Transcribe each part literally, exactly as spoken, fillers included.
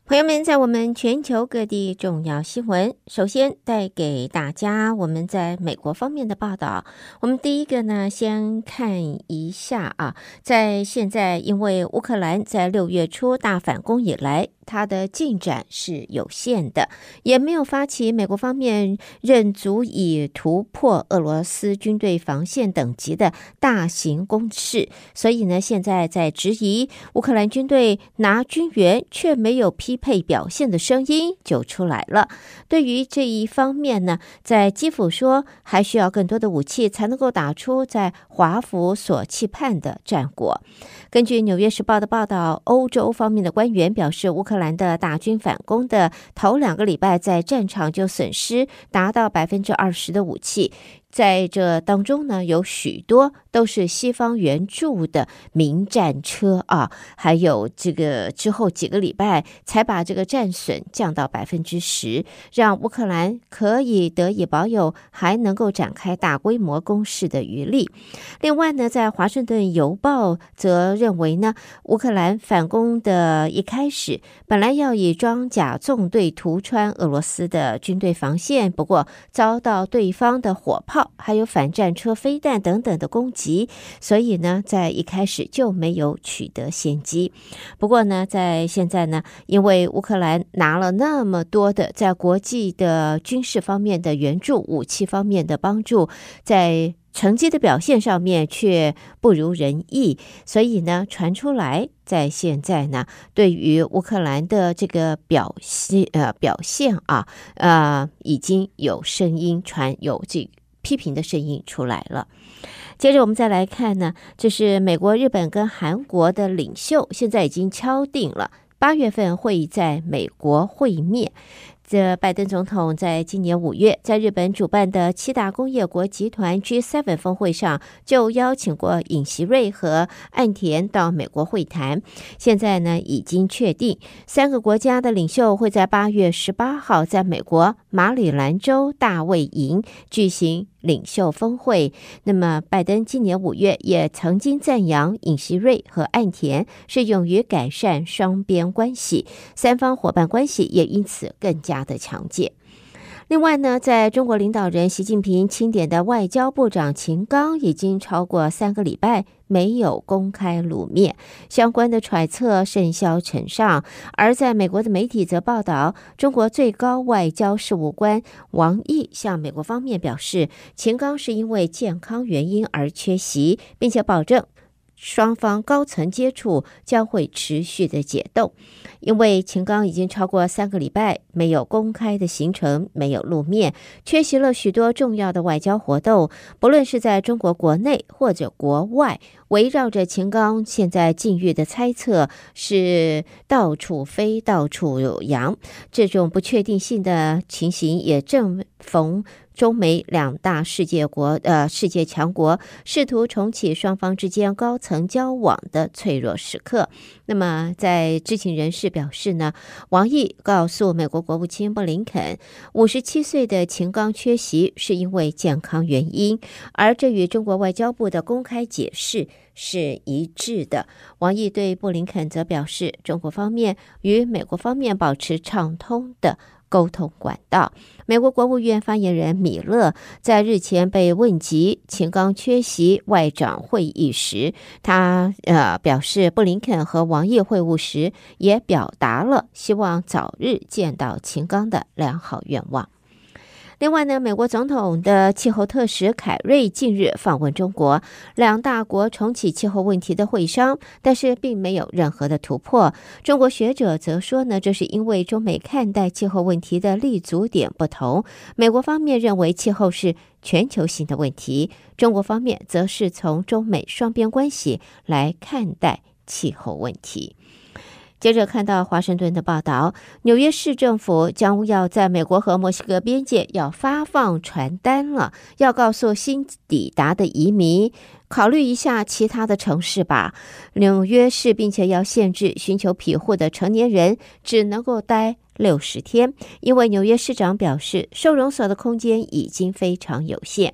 朋友们，在我们全球各地重要新闻，首先带给大家我们在美国方面的报道。我们第一个呢，先看一下啊，在现在因为乌克兰在六月初大反攻以来，它的进展是有限的，也没有发起美国方面认足以突破俄罗斯军队防线等级的大型攻势，所以呢，现在在质疑乌克兰军队拿军援却没有匹配表现的声音就出来了。对于这一方面呢，在基辅说还需要更多的武器才能够打出在华府所期盼的战果。根据纽约时报的报道，欧洲方面的官员表示，乌克兰的大军反攻的头两个礼拜，在战场就损失达到百分之二十的武器。在这当中呢，有许多都是西方援助的民战车啊，还有这个之后几个礼拜才把这个战损降到百分之十，让乌克兰可以得以保有还能够展开大规模攻势的余力。另外呢，在华盛顿邮报则认为呢，乌克兰反攻的一开始本来要以装甲纵队突穿俄罗斯的军队防线，不过遭到对方的火炮还有反战车、飞弹等等的攻击，所以呢，在一开始就没有取得先机。不过呢，在现在呢，因为乌克兰拿了那么多的在国际的军事方面的援助、武器方面的帮助，在成绩的表现上面却不如人意，所以呢，传出来在现在呢，对于乌克兰的这个表现呃表现啊，呃，已经有声音传有这个批评的声音出来了。接着我们再来看呢，这是美国、日本跟韩国的领袖现在已经敲定了八月份会在美国会面。这拜登总统在今年五月在日本主办的七大工业国集团 G 七 峰会上就邀请过尹锡悦和岸田到美国会谈。现在呢，已经确定三个国家的领袖会在八月十八号在美国马里兰州大卫营举行领袖峰会。那么拜登今年五月也曾经赞扬尹锡悦和岸田是勇于改善双边关系，三方伙伴关系也因此更加的强健。另外呢，在中国领导人习近平钦点的外交部长秦刚已经超过三个礼拜没有公开露面，相关的揣测甚嚣尘上。而在美国的媒体则报道，中国最高外交事务官王毅向美国方面表示，秦刚是因为健康原因而缺席，并且保证双方高层接触将会持续的解冻。因为秦刚已经超过三个礼拜没有公开的行程，没有露面，缺席了许多重要的外交活动，不论是在中国国内或者国外，围绕着秦刚现在境遇的猜测是到处飞到处有扬。这种不确定性的情形也正逢中美两大世界国呃世界强国试图重启双方之间高层交往的脆弱时刻。那么在知情人士表示呢，王毅告诉美国国务卿布林肯，五十七岁的秦刚缺席是因为健康原因，而这与中国外交部的公开解释是一致的。王毅对布林肯则表示，中国方面与美国方面保持畅通的沟通管道。美国国务院发言人米勒在日前被问及秦刚缺席外长会议时，他呃表示，布林肯和王毅会晤时也表达了希望早日见到秦刚的良好愿望。另外呢，美国总统的气候特使凯瑞近日访问中国，两大国重启气候问题的会商，但是并没有任何的突破。中国学者则说呢，这是因为中美看待气候问题的立足点不同。美国方面认为气候是全球性的问题，中国方面则是从中美双边关系来看待气候问题。接着看到华盛顿的报道，纽约市政府将要在美国和墨西哥边界要发放传单了，要告诉新抵达的移民，考虑一下其他的城市吧。纽约市并且要限制寻求庇护的成年人只能够待六十天，因为纽约市长表示，收容所的空间已经非常有限。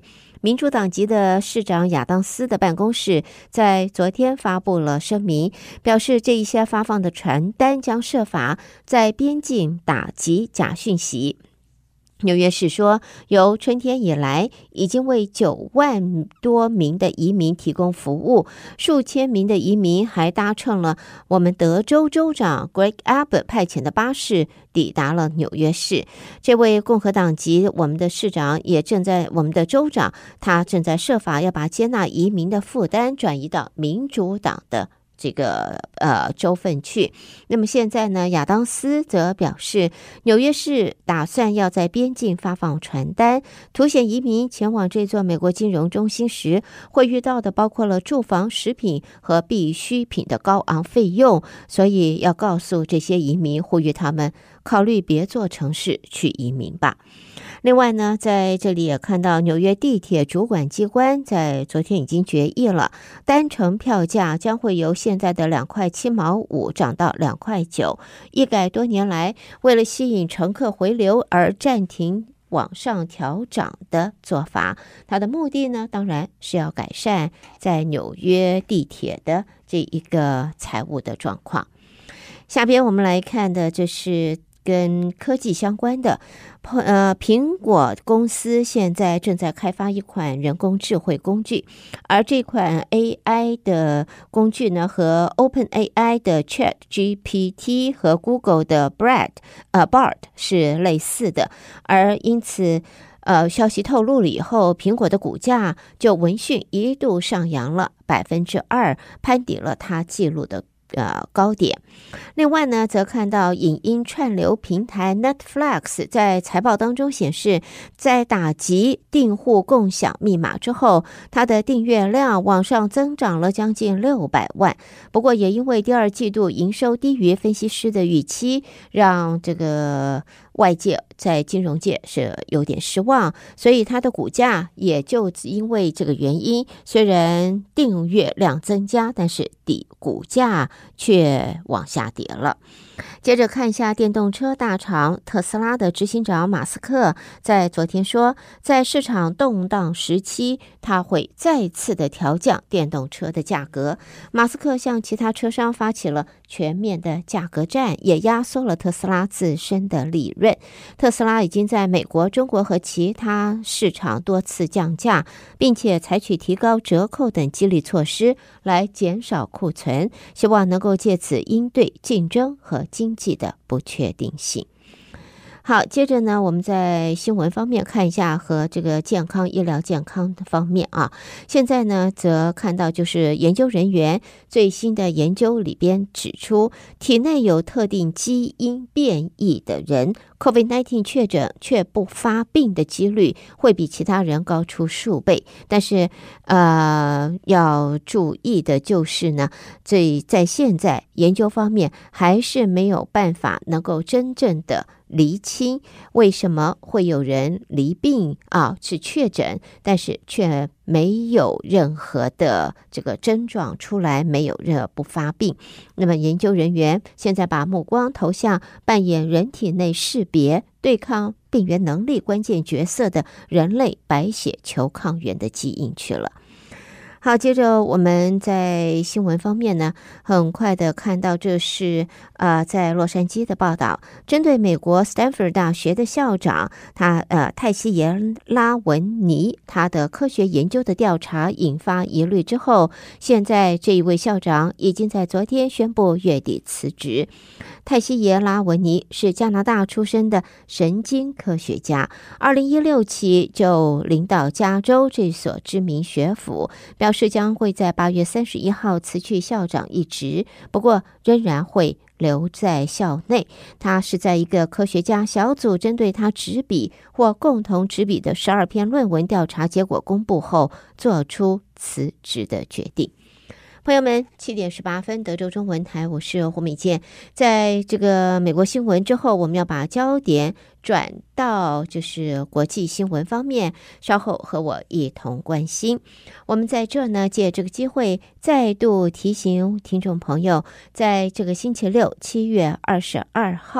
民主党籍的市长亚当斯的办公室在昨天发布了声明，表示这一些发放的传单将设法在边境打击假讯息。纽约市说，由春天以来，已经为九万多名的移民提供服务，数千名的移民还搭乘了我们德州州长 Greg Abbott 派遣的巴士，抵达了纽约市。这位共和党籍我们的市长也正在我们的州长，他正在设法要把接纳移民的负担转移到民主党的这个呃州份去。那么现在呢，亚当斯则表示，纽约市打算要在边境发放传单，凸显移民前往这座美国金融中心时会遇到的包括了住房、食品和必需品的高昂费用，所以要告诉这些移民，呼吁他们考虑别座城市去移民吧。另外呢，在这里也看到纽约地铁主管机关在昨天已经决议了，单程票价将会由现在的两块七毛五涨到两块九，一改多年来为了吸引乘客回流而暂停往上调涨的做法。它的目的呢，当然是要改善在纽约地铁的这一个财务的状况。下边我们来看的，这是跟科技相关的，呃，苹果公司现在正在开发一款人工智慧工具，而这款 A I 的工具呢，和 OpenAI 的 Chat G P T 和 Google 的 Bard 呃 Bard 是类似的，而因此呃，消息透露了以后，苹果的股价就闻讯一度上扬了百分之二，攀抵了它记录的呃高点。另外呢，则看到影音串流平台 Netflix 在财报当中显示，在打击订户共享密码之后，它的订阅量往上增长了将近六百万。不过也因为第二季度营收低于分析师的预期，让这个外界在金融界是有点失望，所以它的股价也就因为这个原因，虽然订阅量增加，但是底股价却往下跌了。接着看一下电动车大厂特斯拉的执行长马斯克在昨天说，在市场动荡时期，他会再次的调降电动车的价格。马斯克向其他车商发起了全面的价格战，也压缩了特斯拉自身的利润。特斯拉已经在美国、中国和其他市场多次降价，并且采取提高折扣等激励措施来减少库存，希望能够借此应对竞争和经济的不确定性。好，接着呢，我们在新闻方面看一下和这个健康、医疗健康的方面啊。现在呢，则看到就是研究人员最新的研究里边指出，体内有特定基因变异的人 COVID 十九 确诊却不发病的几率会比其他人高出数倍。但是呃，要注意的就是呢，这在现在研究方面还是没有办法能够真正的厘清为什么会有人罹病啊，是确诊，但是却没有任何的这个症状出来，没有任何不发病。那么研究人员现在把目光投向扮演人体内识别、对抗病原能力关键角色的人类白血球抗原的基因去了。好，接着我们在新闻方面呢，很快的看到这是呃在洛杉矶的报道，针对美国斯坦福大学的校长他呃泰西耶拉文尼他的科学研究的调查引发疑虑之后，现在这一位校长已经在昨天宣布月底辞职。泰西耶拉文尼是加拿大出生的神经科学家，二零一六起就领导加州这所知名学府，表示将会在八月三十一号辞去校长一职，不过仍然会留在校内。他是在一个科学家小组针对他执笔或共同执笔的十二篇论文调查结果公布后做出辞职的决定。朋友们，七点十八分，德州中文台，我是胡美健。在这个美国新闻之后，我们要把焦点转到就是国际新闻方面，稍后和我一同关心。我们在这呢，借这个机会再度提醒听众朋友，在这个星期六七月二十二号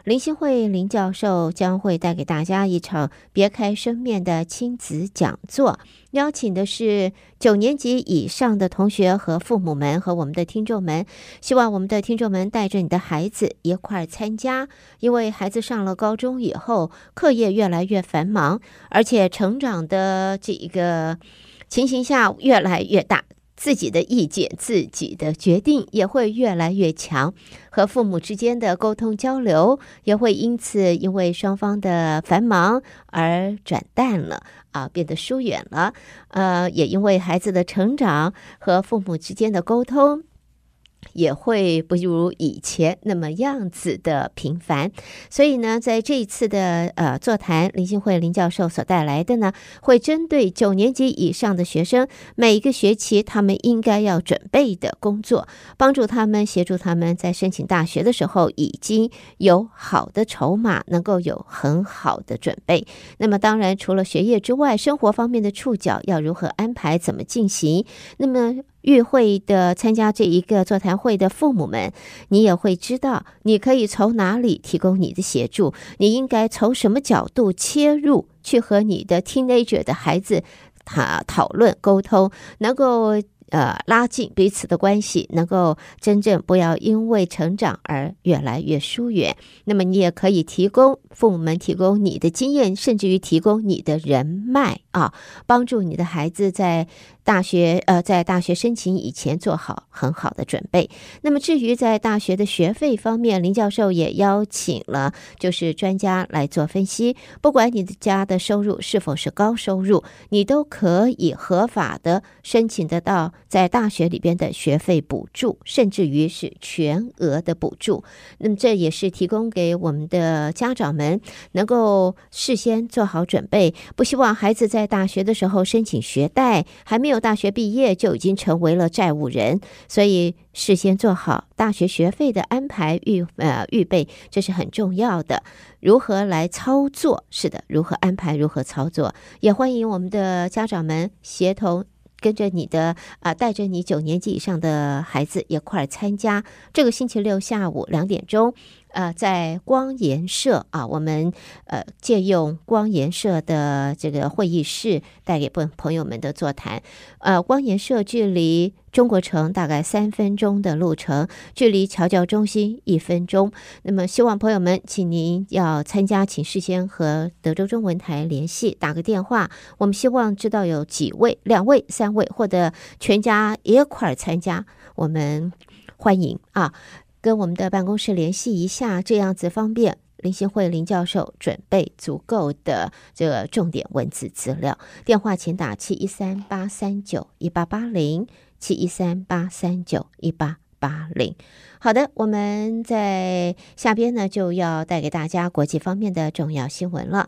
林欣慧林教授将会带给大家一场别开生面的亲子讲座，邀请的是九年级以上的同学和父母们和我们的听众们，希望我们的听众们带着你的孩子一块儿参加，因为孩子上了高中以后，课业越来越繁忙，而且成长的这一个情形下越来越大，自己的意见、自己的决定也会越来越强，和父母之间的沟通交流也会因此因为双方的繁忙而转淡了啊，变得疏远了。呃，也因为孩子的成长和父母之间的沟通也会不如以前那么样子的频繁，所以呢，在这一次的呃座谈，林欣慧林教授所带来的呢，会针对九年级以上的学生每一个学期他们应该要准备的工作，帮助他们协助他们在申请大学的时候已经有好的筹码，能够有很好的准备。那么当然，除了学业之外，生活方面的触角要如何安排，怎么进行？那么与会的参加这一个座谈会的父母们，你也会知道你可以从哪里提供你的协助，你应该从什么角度切入去和你的 teenager 的孩子讨讨论沟通，能够呃拉近彼此的关系，能够真正不要因为成长而越来越疏远。那么你也可以提供父母们提供你的经验，甚至于提供你的人脉啊，帮助你的孩子在大学呃，在大学申请以前做好很好的准备。那么至于在大学的学费方面，林教授也邀请了就是专家来做分析，不管你的家的收入是否是高收入，你都可以合法的申请得到在大学里边的学费补助，甚至于是全额的补助。那么这也是提供给我们的家长们能够事先做好准备，不希望孩子在大学的时候申请学贷，还没有大学毕业就已经成为了债务人，所以事先做好大学学费的安排预呃预备，这是很重要的。如何来操作？是的，如何安排，如何操作？也欢迎我们的家长们协同跟着你的啊、呃，带着你九年级以上的孩子一块儿参加这个星期六下午两点钟。呃，在光研社啊，我们呃借用光研社的这个会议室带给朋朋友们的座谈。呃，光研社距离中国城大概三分钟的路程，距离侨教中心一分钟。那么希望朋友们，请您要参加，请事先和德州中文台联系，打个电话。我们希望知道有几位、两位、三位，或者全家一块儿参加，我们欢迎啊。跟我们的办公室联系一下，这样子方便林欣慧林教授准备足够的这个重点文字资料。电话请打七一三八三九一八八零，七一三八三九一八八零。好的，我们在下边呢就要带给大家国际方面的重要新闻了。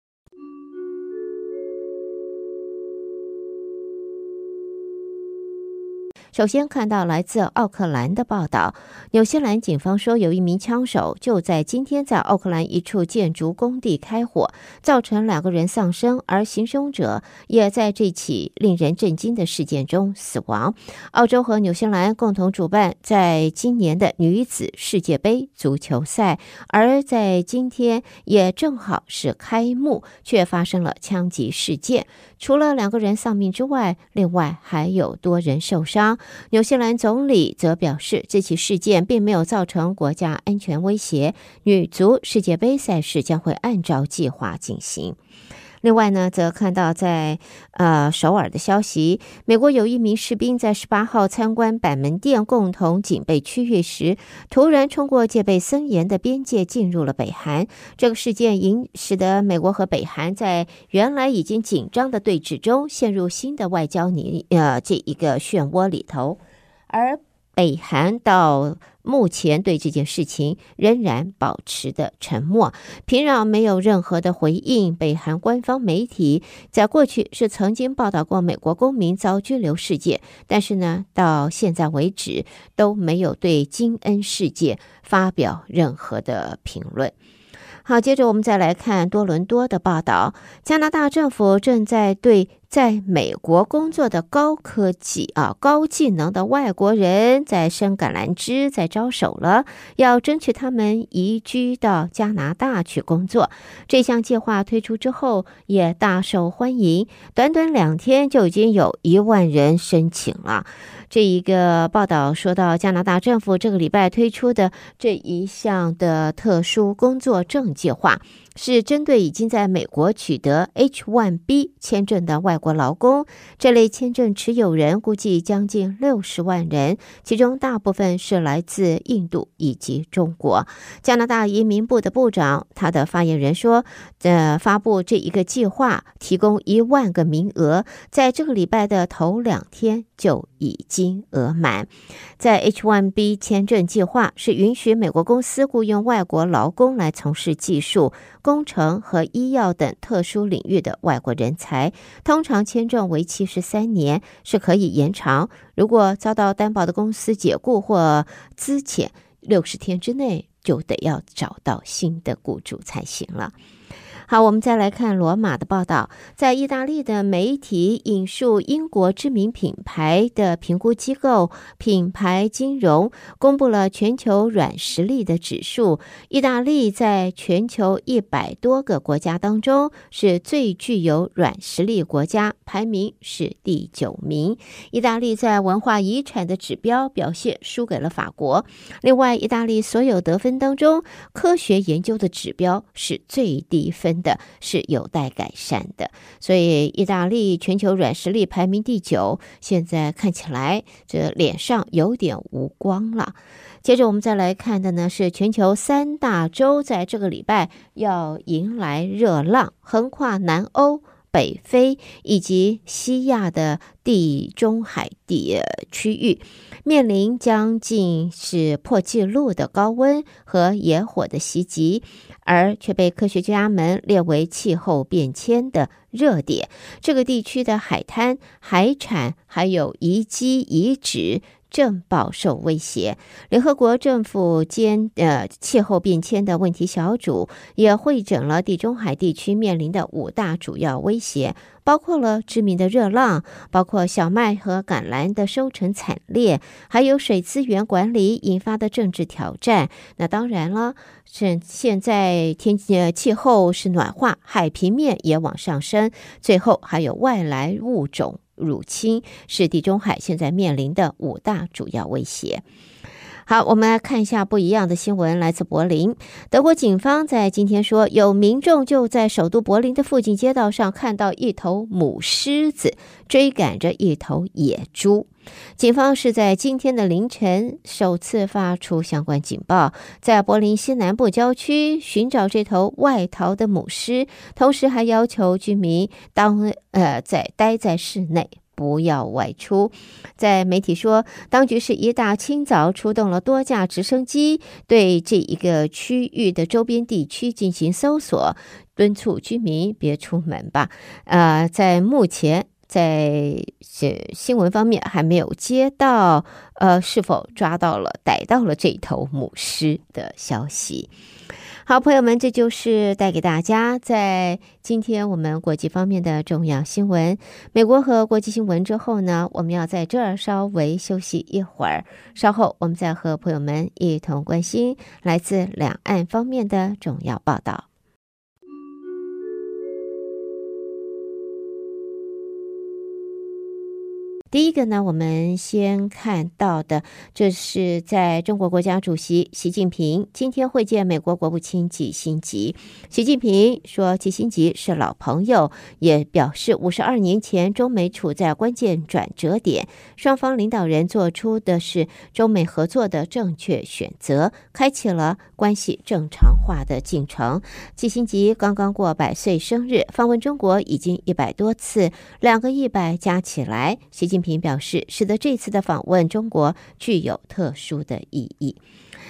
首先看到来自奥克兰的报道，纽西兰警方说有一名枪手就在今天在奥克兰一处建筑工地开火，造成两个人丧生，而行凶者也在这起令人震惊的事件中死亡。澳洲和纽西兰共同主办在今年的女子世界杯足球赛，而在今天也正好是开幕，却发生了枪击事件。除了两个人丧命之外，另外还有多人受伤。纽西兰总理则表示，这起事件并没有造成国家安全威胁，女足世界杯赛事将会按照计划进行。另外呢，则看到在呃首尔的消息，美国有一名士兵在十八号参观板门店共同警备区域时，突然冲过戒备森严的边界进入了北韩。这个事件引使得美国和北韩在原来已经紧张的对峙中陷入新的外交泥呃这一个漩涡里头，而北韩到目前对这件事情仍然保持的沉默，平壤没有任何的回应。北韩官方媒体在过去是曾经报道过美国公民遭拘留事件，但是呢，到现在为止都没有对金恩事件发表任何的评论。好，接着我们再来看多伦多的报道，加拿大政府正在对在美国工作的高科技啊、高技能的外国人在伸橄榄枝，在招手了，要争取他们移居到加拿大去工作。这项计划推出之后也大受欢迎，短短两天就已经有一万人申请了。这一个报道说到，加拿大政府这个礼拜推出的这一项的特殊工作证计划，是针对已经在美国取得 H 一 B 签证的外国劳工。这类签证持有人估计将近六十万人，其中大部分是来自印度以及中国。加拿大移民部的部长，他的发言人说，呃，发布这一个计划，提供一万个名额，在这个礼拜的头两天就已经额满。在 H 一 B 签证计划是允许美国公司雇用外国劳工来从事技术、工程和医药等特殊领域的外国人才，通常签证为期十三年，是可以延长。如果遭到担保的公司解雇或资遣，六十天之内就得要找到新的雇主才行了。好，我们再来看罗马的报道。在意大利的媒体引述英国知名品牌的评估机构品牌金融公布了全球软实力的指数，意大利在全球一百多个国家当中是最具有软实力国家，排名是第九名。意大利在文化遗产的指标表现输给了法国。另外，意大利所有得分当中，科学研究的指标是最低分的，是有待改善的。所以意大利全球软实力排名第九，现在看起来这脸上有点无光了。接着我们再来看的呢，是全球三大洲在这个礼拜要迎来热浪，横跨南欧、北非以及西亚的地中海地区域，面临将近是破纪录的高温和野火的袭击，而却被科学家们列为气候变迁的热点。这个地区的海滩、海产还有遗迹遗址正饱受威胁。联合国政府间呃气候变迁的问题小组也汇整了地中海地区面临的五大主要威胁，包括了致命的热浪，包括小麦和橄榄的收成惨烈，还有水资源管理引发的政治挑战。那当然了，是现在天气气候是暖化，海平面也往上升，最后还有外来物种入侵，是地中海现在面临的五大主要威胁。好，我们来看一下不一样的新闻，来自柏林。德国警方在今天说，有民众就在首都柏林的附近街道上看到一头母狮子追赶着一头野猪。警方是在今天的凌晨首次发出相关警报，在柏林西南部郊区寻找这头外逃的母狮，同时还要求居民当呃在待在室内，不要外出。在媒体说，当局是一大清早出动了多架直升机，对这一个区域的周边地区进行搜索，敦促居民别出门吧。呃，在目前在新闻方面还没有接到呃是否抓到了逮到了这头母狮的消息。好，朋友们，这就是带给大家在今天我们国际方面的重要新闻。美国和国际新闻之后呢，我们要在这儿稍微休息一会儿，稍后我们再和朋友们一同关心来自两岸方面的重要报道。第一个呢，我们先看到的，这是在中国国家主席习近平今天会见美国国务卿季辛吉。习近平说，季辛吉是老朋友，也表示五十二年前中美处在关键转折点，双方领导人做出的是中美合作的正确选择，开启了关系正常化的进程。季辛吉刚刚过百岁生日，访问中国已经一百多次，两个一百加起来，习近平表示，使得这次的访问中国具有特殊的意义。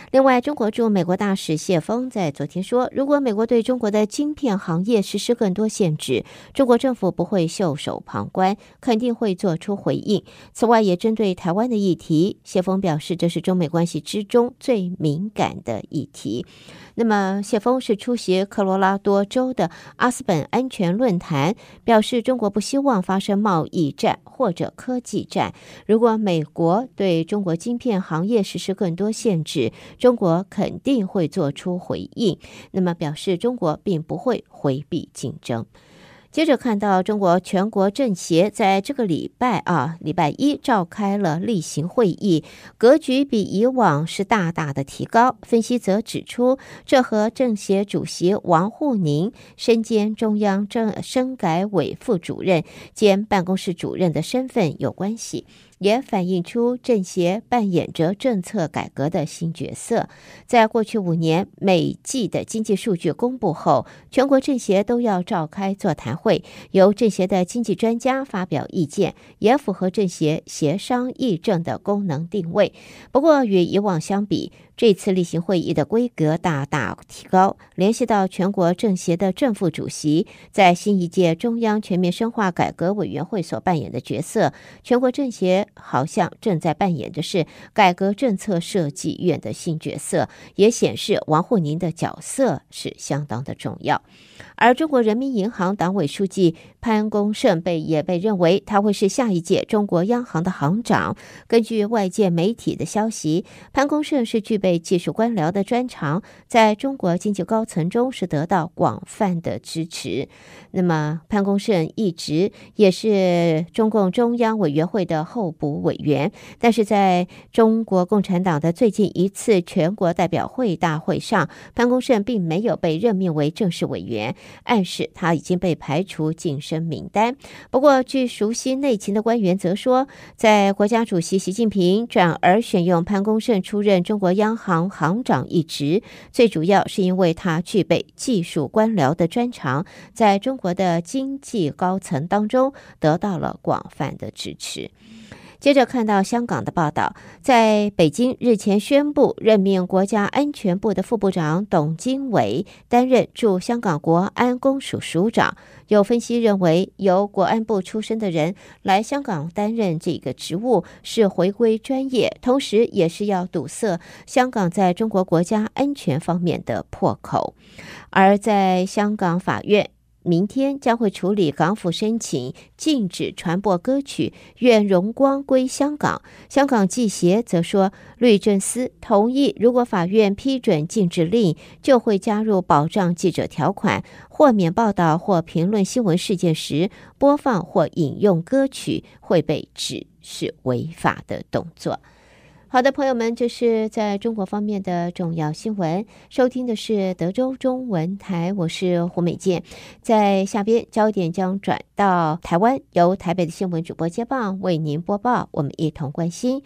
另外，中国驻美国大使谢锋在昨天说，如果美国对中国的晶片行业实施更多限制，中国政府不会袖手旁观，肯定会做出回应。此外，也针对台湾的议题，谢锋表示，这是中美关系之中最敏感的议题。那么，谢锋是出席科罗拉多州的阿斯本安全论坛，表示中国不希望发生贸易战或者科技战。如果美国对中国晶片行业实施更多限制，中国肯定会做出回应。那么，表示中国并不会回避竞争。接着看到中国全国政协在这个礼拜啊，礼拜一召开了例行会议，格局比以往是大大的提高。分析则指出，这和政协主席王沪宁身兼中央政深改委副主任兼办公室主任的身份有关系，也反映出政协扮演着政策改革的新角色。在过去五年，每季的经济数据公布后，全国政协都要召开座谈会，由政协的经济专家发表意见，也符合政协协商议政的功能定位。不过，与以往相比，这次例行会议的规格大大提高，联系到全国政协的正副主席在新一届中央全面深化改革委员会所扮演的角色，全国政协好像正在扮演的是改革政策设计院的新角色，也显示王沪宁的角色是相当的重要。而中国人民银行党委书记潘功胜被也被认为他会是下一届中国央行的行长。根据外界媒体的消息，潘功胜是具备技术官僚的专长，在中国经济高层中是得到广泛的支持。那么潘功胜一直也是中共中央委员会的候补委员，但是在中国共产党的最近一次全国代表会大会上，潘功胜并没有被任命为正式委员，暗示他已经被排除晋升名单。不过，据熟悉内情的官员则说，在国家主席习近平转而选用潘功胜出任中国央行行长一职，最主要是因为他具备技术官僚的专长，在中国的经济高层当中得到了广泛的支持。接着看到香港的报道，在北京日前宣布任命国家安全部的副部长董经纬担任驻香港国安公署署长。有分析认为，由国安部出身的人来香港担任这个职务是回归专业，同时也是要堵塞香港在中国国家安全方面的破口。而在香港法院，明天将会处理港府申请禁止传播歌曲《愿荣光归香港》。香港记协则说，律政司同意，如果法院批准禁止令，就会加入保障记者条款，豁免报道或评论新闻事件时播放或引用歌曲会被指是违法的动作。好的，朋友们，这是在中国方面的重要新闻。收听的是德州中文台，我是胡美健。在下边焦点将转到台湾，由台北的新闻主播接棒为您播报，我们一同关心。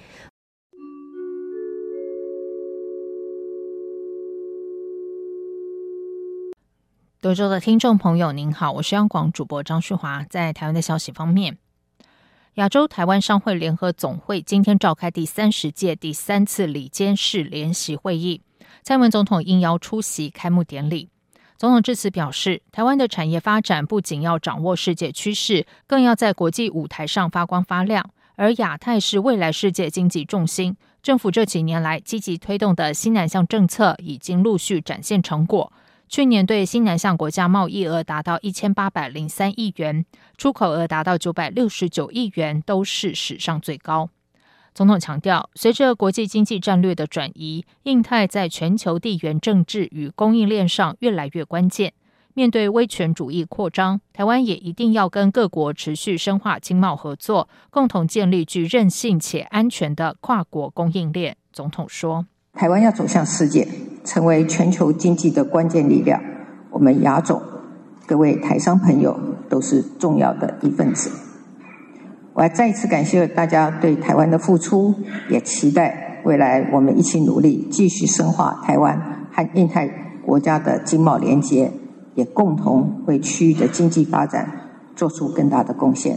德州的听众朋友您好，我是央广主播张旭华。在台湾的消息方面，亚洲台湾商会联合总会今天召开第三十届第三次理监事联席会议，蔡英文总统应邀出席开幕典礼。总统致辞表示，台湾的产业发展不仅要掌握世界趋势，更要在国际舞台上发光发亮，而亚太是未来世界经济重心。政府这几年来积极推动的新南向政策已经陆续展现成果。去年对新南向国家贸易额达到一千八百零三亿元，出口额达到九百六十九亿元，都是史上最高。总统强调，随着国际经济战略的转移，印太在全球地缘政治与供应链上越来越关键。面对威权主义扩张，台湾也一定要跟各国持续深化经贸合作，共同建立具韧性且安全的跨国供应链。总统说， 台湾要走向世界，成为全球经济的关键力量，我们亚总各位台商朋友都是重要的一份子。我还再一次感谢大家对台湾的付出，也期待未来我们一起努力，继续深化台湾和印太国家的经贸连结，也共同为区域的经济发展做出更大的贡献。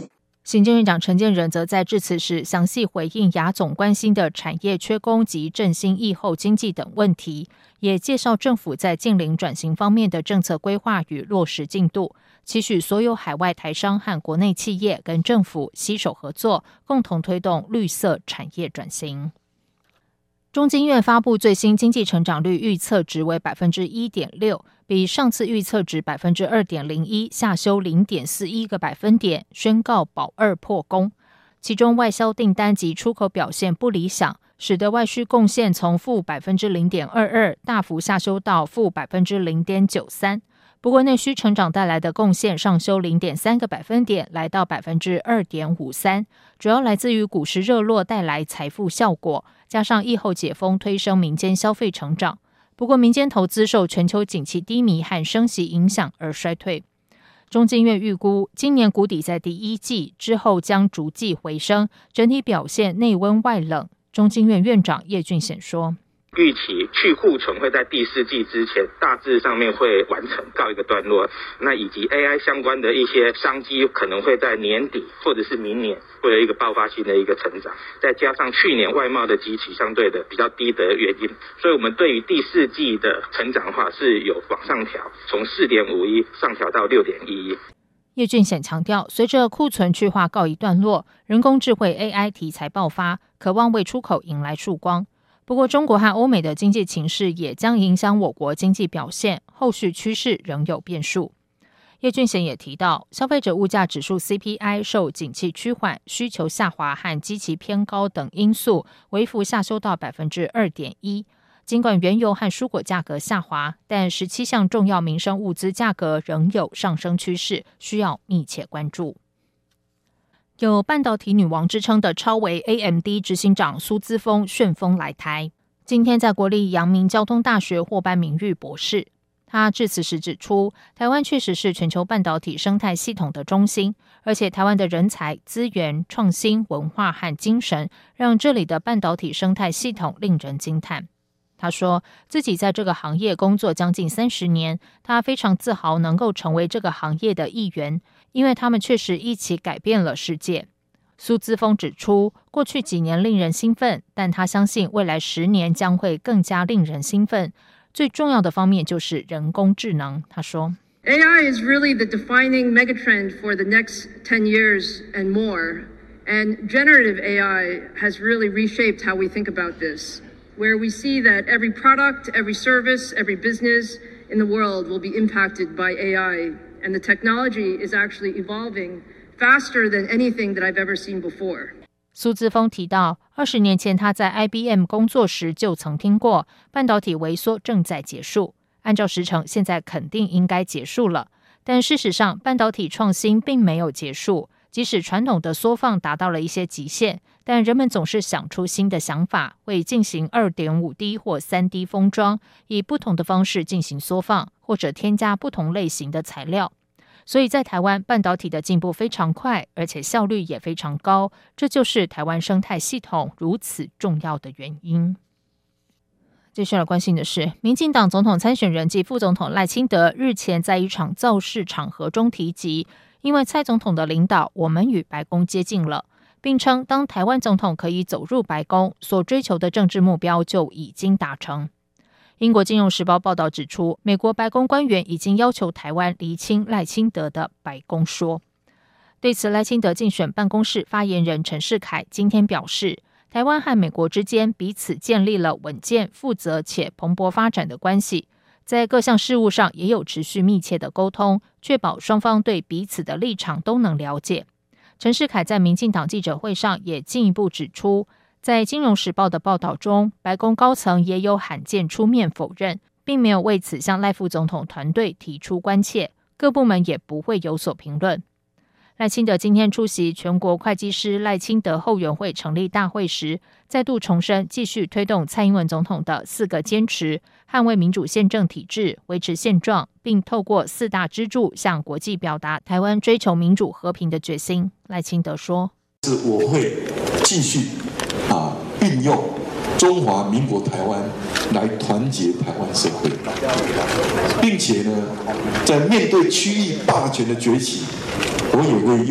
行政院长陈建仁则在致辞时详细回应亚总关心的产业缺工及振兴疫后经济等问题，也介绍政府在近邻转型方面的政策规划与落实进度，期许所有海外台商和国内企业跟政府携手合作，共同推动绿色产业转型。中经院发布最新经济成长率预测值为 百分之一点六， 比上次预测值 百分之二点零一 下修 零点四一 个百分点，宣告保二破功。其中外销订单及出口表现不理想，使得外需贡献从负 百分之零点二二 大幅下修到负 百分之零点九三。不过内需成长带来的贡献上修 零点三 个百分点，来到 百分之二点五三， 主要来自于股市热络带来财富效果，加上疫后解封推升民间消费成长。不过民间投资受全球景气低迷和升息影响而衰退。中经院预估今年谷底在第一季，之后将逐季回升，整体表现内温外冷。中经院院长叶俊显说， 预期去库存会在第四季之前大致上面会完成告一个段落，那以及 A I 相关的一些商机可能会在年底或者是明年会有一个爆发性的一个成长，再加上去年外贸的基期相对的比较低的原因，所以我们对于第四季的成长的话是有往上调，从 四点五一 上调到 六点一一。 叶俊显强调，随着库存去化告一段落，人工智慧 A I 题材爆发，渴望为出口迎来曙光。不过中国和欧美的经济情势也将影响我国经济表现，后续趋势仍有变数。叶俊显也提到，消费者物价指数 C P I 受景气趋缓、需求下滑和基期偏高等因素微幅下修到 百分之二点一。 尽管原油和蔬果价格下滑，但十七项重要民生物资价格仍有上升趋势，需要密切关注。有半导体女王之称的超微 A M D 执行长苏姿丰旋风来台，今天在国立阳明交通大学获颁名誉博士。他致辞时指出，台湾确实是全球半导体生态系统的中心，而且台湾的人才、资源、创新、文化和精神，让这里的半导体生态系统令人惊叹。他说，自己在这个行业工作将近三十年，他非常自豪能够成为这个行业的一员，因为他们确实一起改变了世界。苏姿丰指出，过去几年令人兴奋，但他相信未来十年将会更加令人兴奋。最重要的方面就是人工智能。他说 A I is really the defining megatrend for the next ten years and more, and generative A I has really reshaped how we think about this.Where we see that every product, every service, every business in the world will be impacted by A I, and the technology is actually evolving faster than anything that I've ever seen before. 苏姿丰提到，二十年前他在 I B M 工作时就曾听过，半导体萎缩正在结束，按照时程，现在肯定应该结束了。但事实上，半导体创新并没有结束，即使传统的缩放达到了一些极限，但人们总是想出新的想法，会进行 二点五 D 或 三 D 封装，以不同的方式进行缩放，或者添加不同类型的材料。所以在台湾，半导体的进步非常快，而且效率也非常高，这就是台湾生态系统如此重要的原因。接下来关心的是，民进党总统参选人及副总统赖清德日前在一场造势场合中提及，因为蔡总统的领导，我们与白宫接近了，并称当台湾总统可以走入白宫，所追求的政治目标就已经达成。英国金融时报报道指出，美国白宫官员已经要求台湾厘清赖清德的白宫说。对此，赖清德竞选办公室发言人陈世凯今天表示，台湾和美国之间彼此建立了稳健、负责且蓬勃发展的关系，在各项事务上也有持续密切的沟通，确保双方对彼此的立场都能了解。陈世凯在民进党记者会上也进一步指出，在《金融时报》的报道中，白宫高层也有罕见出面否认，并没有为此向赖副总统团队提出关切，各部门也不会有所评论。赖清德今天出席全国会计师赖清德后援会成立大会时，再度重申继续推动蔡英文总统的四个坚持，捍卫民主宪政体制，维持现状，并透过四大支柱向国际表达台湾追求民主和平的决心。赖清德说， 是我会继续啊运用中华民国台湾来团结台湾社会，并且呢，在面对区域霸权的崛起，我也会用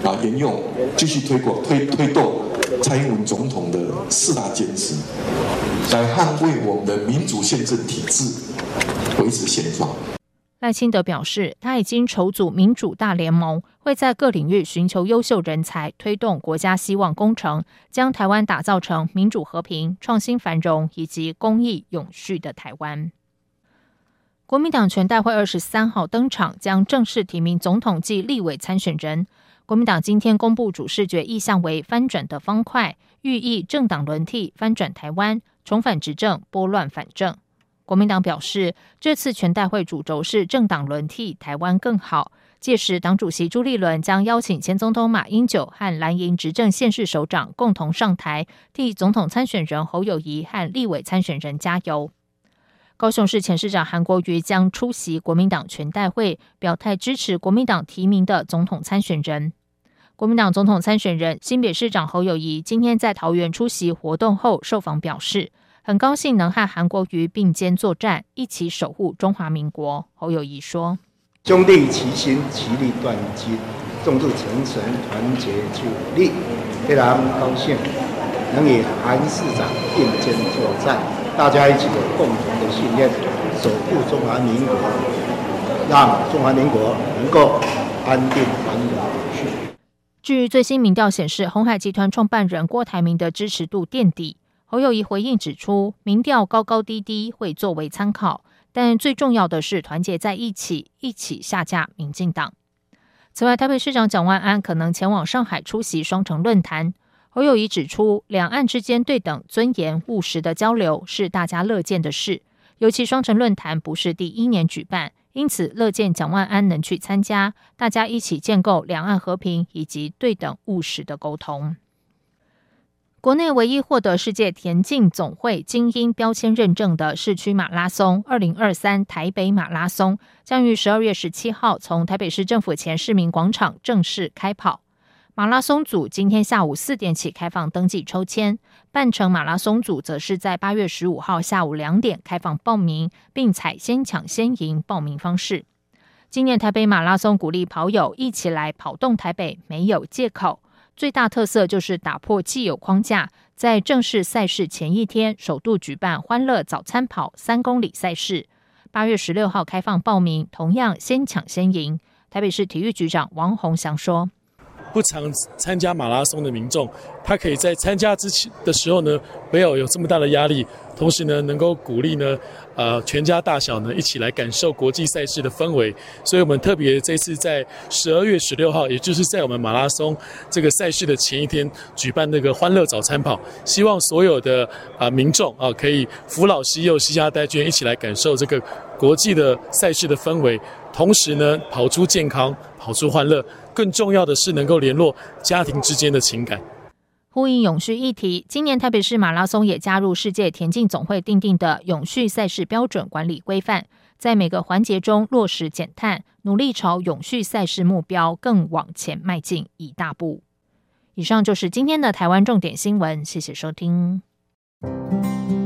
啊沿用，继续推广推推动蔡英文总统的四大坚持，来捍卫我们的民主宪政体制，维持现状。 赖清德表示，他已经筹组民主大联盟，会在各领域寻求优秀人才，推动国家希望工程，将台湾打造成民主和平、创新繁荣以及公益永续的台湾。国民党全代会二十三号登场，将正式提名总统及立委参选人。国民党今天公布主视觉意向为翻转的方块，寓意政党轮替，翻转台湾，重返执政，拨乱反正。国民党表示，这次全代会主轴是政党轮替，台湾更好。届时，党主席朱立伦将邀请前总统马英九和蓝营执政县市首长共同上台，替总统参选人侯友宜和立委参选人加油。高雄市前市长韩国瑜将出席国民党全代会，表态支持国民党提名的总统参选人。国民党总统参选人新北市长侯友宜今天在桃园出席活动后受访表示，很高兴能和韩国瑜并肩作战，一起守护中华民国。侯友宜说：“ 兄弟齐心，其利断金，众志成城，团结就力。非常高兴能与韩市长并肩作战，大家一起有共同的信念，守护中华民国，让中华民国能够安定繁荣永续。” 据最新民调显示，鸿海集团创办人郭台铭的支持度垫底。侯友宜回应指出，民调高高低低会作为参考，但最重要的是团结在一起，一起下架民进党。此外，台北市长蒋万安可能前往上海出席双城论坛。侯友宜指出，两岸之间对等、尊严、务实的交流是大家乐见的事，尤其双城论坛不是第一年举办，因此乐见蒋万安能去参加，大家一起建构两岸和平以及对等务实的沟通。国内唯一获得世界田径总会精英标签认证的市区马拉松二零二三台北马拉松将于十二月十七号从台北市政府前市民广场正式开跑。马拉松组今天下午四点起开放登记抽签，半程马拉松组则是在八月十五号下午两点开放报名，并采先抢先赢报名方式。今年台北马拉松鼓励跑友一起来跑动台北，没有借口。最大特色就是打破既有框架，在正式赛事前一天首度举办欢乐早餐跑三公里赛事。八月十六号开放报名，同样先抢先赢。台北市体育局长王宏祥说， 不常参加马拉松的民众，他可以在参加之前的时候呢，没有有这么大的压力，同时呢，能够鼓励呢，呃，全家大小呢一起来感受国际赛事的氛围。所以我们特别这次在十二月十六号，也就是在我们马拉松这个赛事的前一天，举办那个欢乐早餐跑，希望所有的啊、呃、民众啊可以扶老携幼、携家带眷，一起来感受这个国际的赛事的氛围，同时呢，跑出健康，跑出欢乐。更重要的是能够联络家庭之间的情感。 呼应永续议题，今年台北市马拉松也加入世界田径总会订定的永续赛事标准管理规范，在每个环节中落实减碳，努力朝永续赛事目标更往前迈进一大步。以上就是今天的台湾重点新闻，谢谢收听。